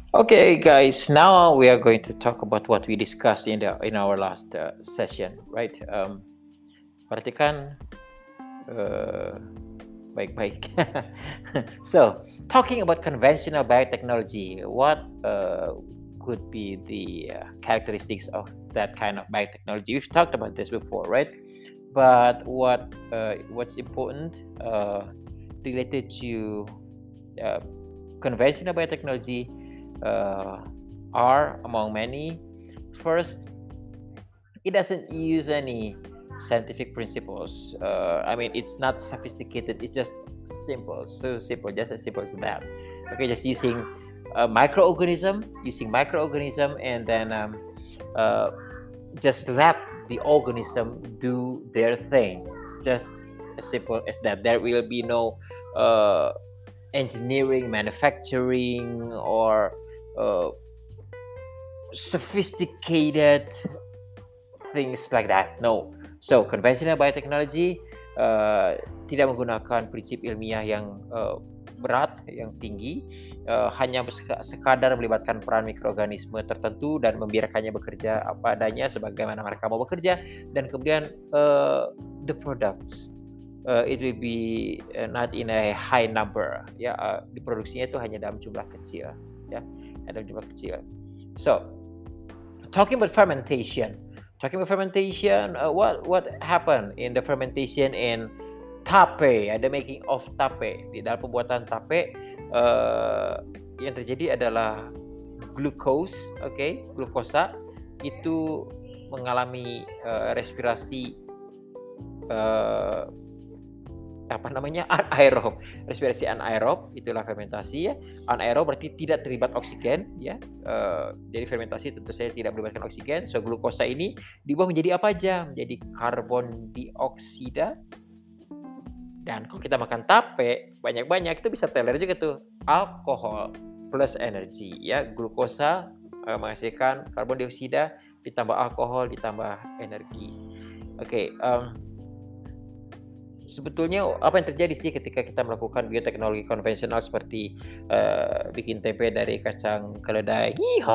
Okay, guys. Now we are going to talk about what we discussed in our last session, right? Perhatikan uh, baik-baik. So, talking about conventional biotechnology, what could be the characteristics of that kind of biotechnology? We've talked about this before, right? But what's important related to uh, conventional biotechnology uh, are among many. First, it doesn't use any scientific principles. I mean, it's not sophisticated. It's just simple, so simple, just as simple as that. Okay, just using using microorganism, and then uh, just let the organism do their thing. Just as simple as that. There will be no uh, engineering, manufacturing, or uh, sophisticated things like that. No. So conventional biotechnology tidak menggunakan prinsip ilmiah yang berat, yang tinggi, hanya sekadar melibatkan peran mikroorganisme tertentu dan membiarkannya bekerja apa adanya sebagaimana mereka mau bekerja, dan kemudian the products it will be not in a high number, ya, diproduksinya itu hanya dalam jumlah kecil, ya, dalam jumlah kecil. So talking about fermentation. What happened in the fermentation in tape? The making of tape. Di dalam pembuatan tape, yang terjadi adalah glucose, glukosa itu mengalami respirasi uh, apa namanya, anaerob, respirasi anaerob, itulah fermentasi, ya. Anaerob berarti tidak terlibat oksigen, ya. Jadi fermentasi tentu saja tidak melibatkan oksigen. So glukosa ini diubah menjadi apa aja? Menjadi karbon dioksida. Dan kalau kita makan tape banyak-banyak, itu bisa teler juga tuh, alkohol plus energi, ya. Glukosa menghasilkan karbon dioksida, ditambah alkohol, ditambah energi. Sebetulnya apa yang terjadi sih ketika kita melakukan bioteknologi konvensional seperti bikin tempe dari kacang keledai?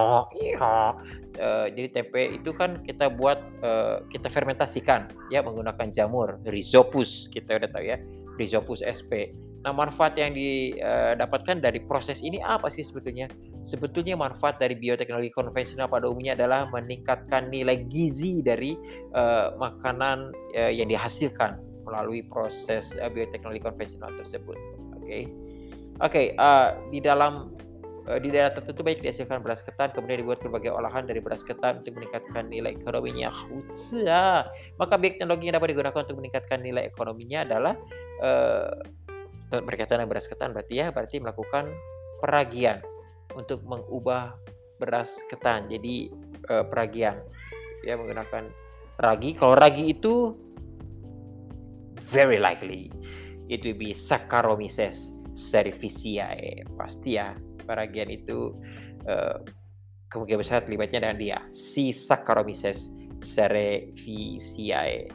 Jadi tempe itu kan kita buat, kita fermentasikan, ya, menggunakan jamur Rhizopus, kita udah tahu, ya, Rhizopus sp. Nah, manfaat yang didapatkan dari proses ini apa sih sebetulnya? Sebetulnya manfaat dari bioteknologi konvensional pada umumnya adalah meningkatkan nilai gizi dari makanan yang dihasilkan melalui proses bioteknologi konvensional tersebut. Di daerah tertentu banyak dihasilkan beras ketan, kemudian dibuat berbagai olahan dari beras ketan untuk meningkatkan nilai ekonominya. Maka bioteknologi yang dapat digunakan untuk meningkatkan nilai ekonominya adalah berkaitan dengan beras ketan, berarti melakukan peragian untuk mengubah beras ketan jadi peragian, ya, menggunakan ragi. Kalau ragi itu very likely it will be Saccharomyces cerevisiae. Pasti, ya, peragian itu kemungkinan besar terlibatnya dengan dia, si Saccharomyces cerevisiae.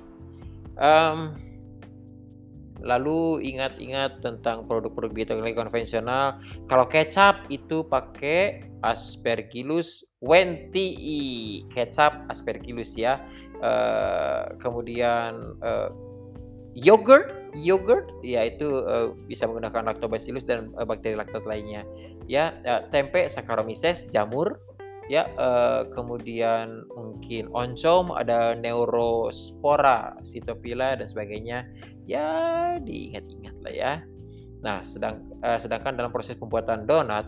Lalu ingat-ingat tentang produk-produk bioteknologi konvensional. Kalau kecap itu pakai Aspergillus wentii, kecap Aspergillus, ya. Kemudian yogurt, ya, itu bisa menggunakan lactobacillus dan bakteri laktat lainnya, ya. Tempe Saccharomyces, jamur, ya. Kemudian mungkin oncom ada Neurospora, Cytophila dan sebagainya, ya, diingat-ingat lah, ya. Nah, sedangkan dalam proses pembuatan donat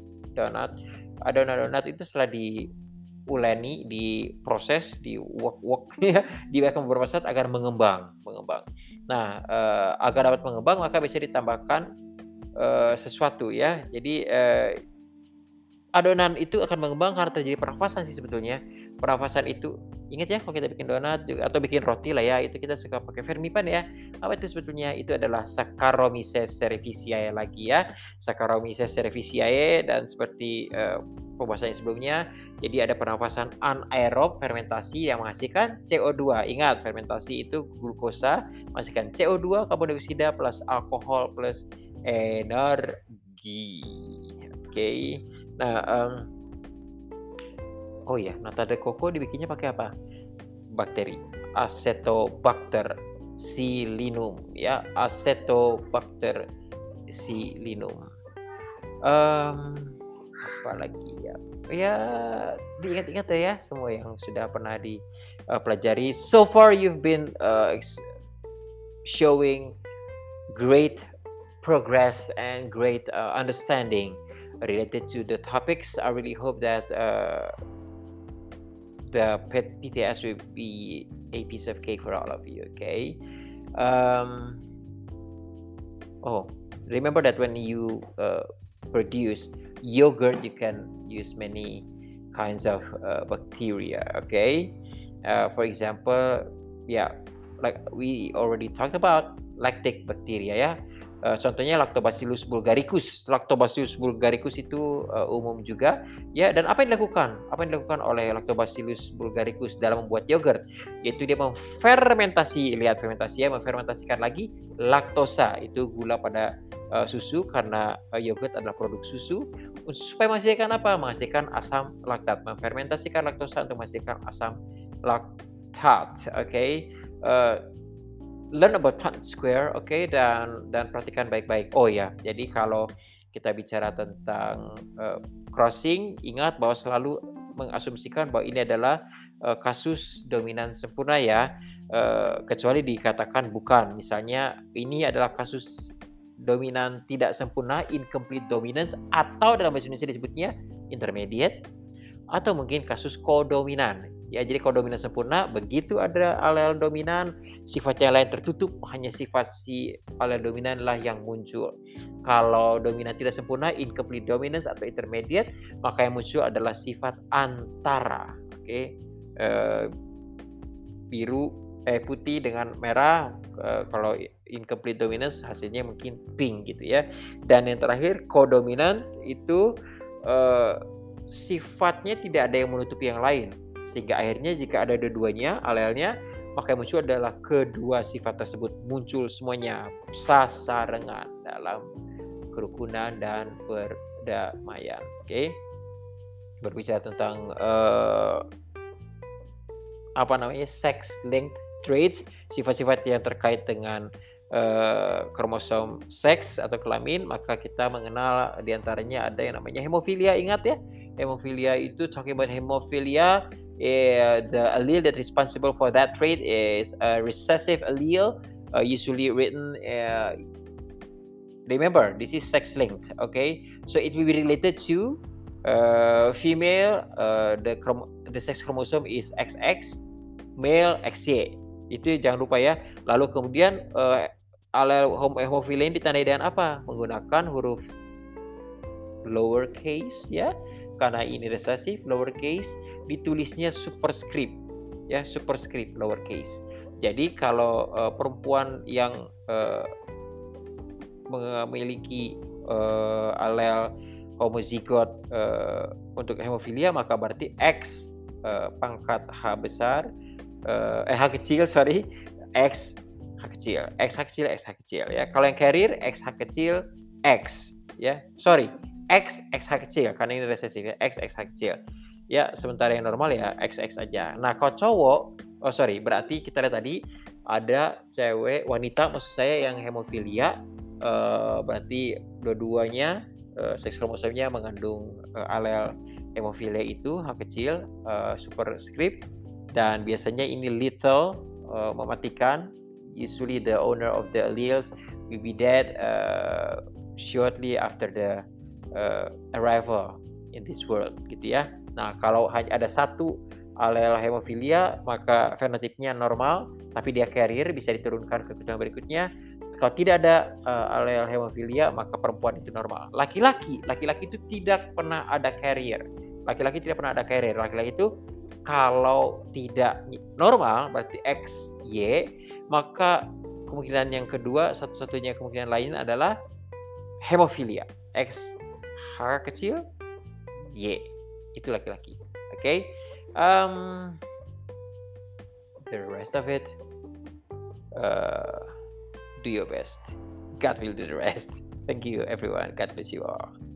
itu setelah diuleni, diproses, diwok-wok, ya, dibiarkan beberapa saat agar mengembang. Nah, agar dapat mengembang maka bisa ditambahkan sesuatu, ya. Jadi adonan itu akan mengembang karena terjadi pernafasan sih sebetulnya. Pernafasan itu, ingat ya, kalau kita bikin donat atau bikin roti lah, ya, itu kita suka pakai fermipan, ya. Apa itu sebetulnya? Itu adalah Saccharomyces cerevisiae lagi, ya. Saccharomyces cerevisiae, dan seperti pembahasan sebelumnya, jadi ada pernafasan anaerob, fermentasi yang menghasilkan CO2. Ingat, fermentasi itu glukosa menghasilkan CO2, karbon dioksida plus alkohol plus energi. Nah, oh ya, nata de coco dibikinnya pakai apa? Bakteri Acetobacter psilynum ya, Acetobacter psilynum. Apa lagi ya? Ya diingat-ingat ya semua yang sudah pernah dipelajari. So far you've been showing great progress and great understanding related to the topics. I really hope that the PTS will be a piece of cake for all of you. Okay. Remember that when you produce yogurt, you can use many kinds of bacteria. Okay. For example, like we already talked about lactic bacteria ya. Contohnya Lactobacillus bulgaricus. Lactobacillus bulgaricus itu umum juga ya. Dan apa yang dilakukan? Apa yang dilakukan oleh Lactobacillus bulgaricus dalam membuat yogurt? Yaitu dia memfermentasi, lihat fermentasi ya, memfermentasikan lagi laktosa, itu gula pada susu, karena yogurt adalah produk susu, supaya menghasilkan apa? Menghasilkan asam laktat. Memfermentasikan laktosa untuk menghasilkan asam laktat. Okay. Learn about Punnett square, okay, dan perhatikan baik-baik. Oh ya, jadi kalau kita bicara tentang crossing, ingat bahwa selalu mengasumsikan bahwa ini adalah kasus dominan sempurna ya, kecuali dikatakan bukan. Misalnya ini adalah kasus dominan tidak sempurna, incomplete dominance, atau dalam bahasa Indonesia disebutnya intermediate, atau mungkin kasus kodominan. Ya, jadi kodominan sempurna, begitu ada alel dominan, sifat yang lain tertutup, hanya sifat si alel dominan lah yang muncul. Kalau dominan tidak sempurna, incomplete dominance atau intermediate, maka yang muncul adalah sifat antara. Oke. Putih dengan merah. Kalau incomplete dominance hasilnya mungkin pink gitu ya. Dan yang terakhir, kodominan itu sifatnya tidak ada yang menutupi yang lain, sehingga akhirnya jika ada dua-duanya alelnya, maka yang muncul adalah kedua sifat tersebut muncul semuanya sasarengan dalam kerukunan dan perdamaian. Oke. Berbicara tentang sex linked traits, sifat-sifat yang terkait dengan kromosom seks atau kelamin, maka kita mengenal diantaranya ada yang namanya hemofilia. Ingat ya, hemofilia itu, talking about hemophilia, the allele that is responsible for that trait is a recessive allele, usually written, remember this is sex linked, okay, so it will be related to female, the sex chromosome is XX, male XY, itu jangan lupa ya. Lalu kemudian alel hemofilia ini ditandai dengan apa? Menggunakan huruf lowercase ya, karena ini resesif, lowercase, ditulisnya superscript ya, superscript lowercase. Jadi kalau perempuan yang memiliki alel homozigot untuk hemofilia, maka berarti X pangkat H besar, H kecil, X H kecil, X H kecil, X H kecil ya. Kalau yang carrier X H kecil, X ya, X H kecil, karena ini resesif ya, X H kecil ya. Sementara yang normal ya XX aja. Nah kalau cowok, berarti kita lihat tadi ada wanita maksud saya yang hemofilia, berarti dua-duanya seks kromosomnya mengandung alel hemofilia itu H kecil, superscript, dan biasanya ini lethal, mematikan. Usually the owner of the alleles will be dead shortly after the arrival in this world gitu ya. Nah kalau hanya ada satu alel hemofilia, maka fenotipnya normal, tapi dia carrier, bisa diturunkan ke keturunan berikutnya. Kalau tidak ada alel hemofilia, maka perempuan itu normal. Laki-laki itu tidak pernah ada carrier. Laki-laki itu kalau tidak normal, berarti XY, maka kemungkinan yang kedua, satu-satunya kemungkinan lain adalah hemofilia. X H kecil, Y, itu laki-laki. Okay? The rest of it, do your best. God will do the rest. Thank you everyone. God bless you all.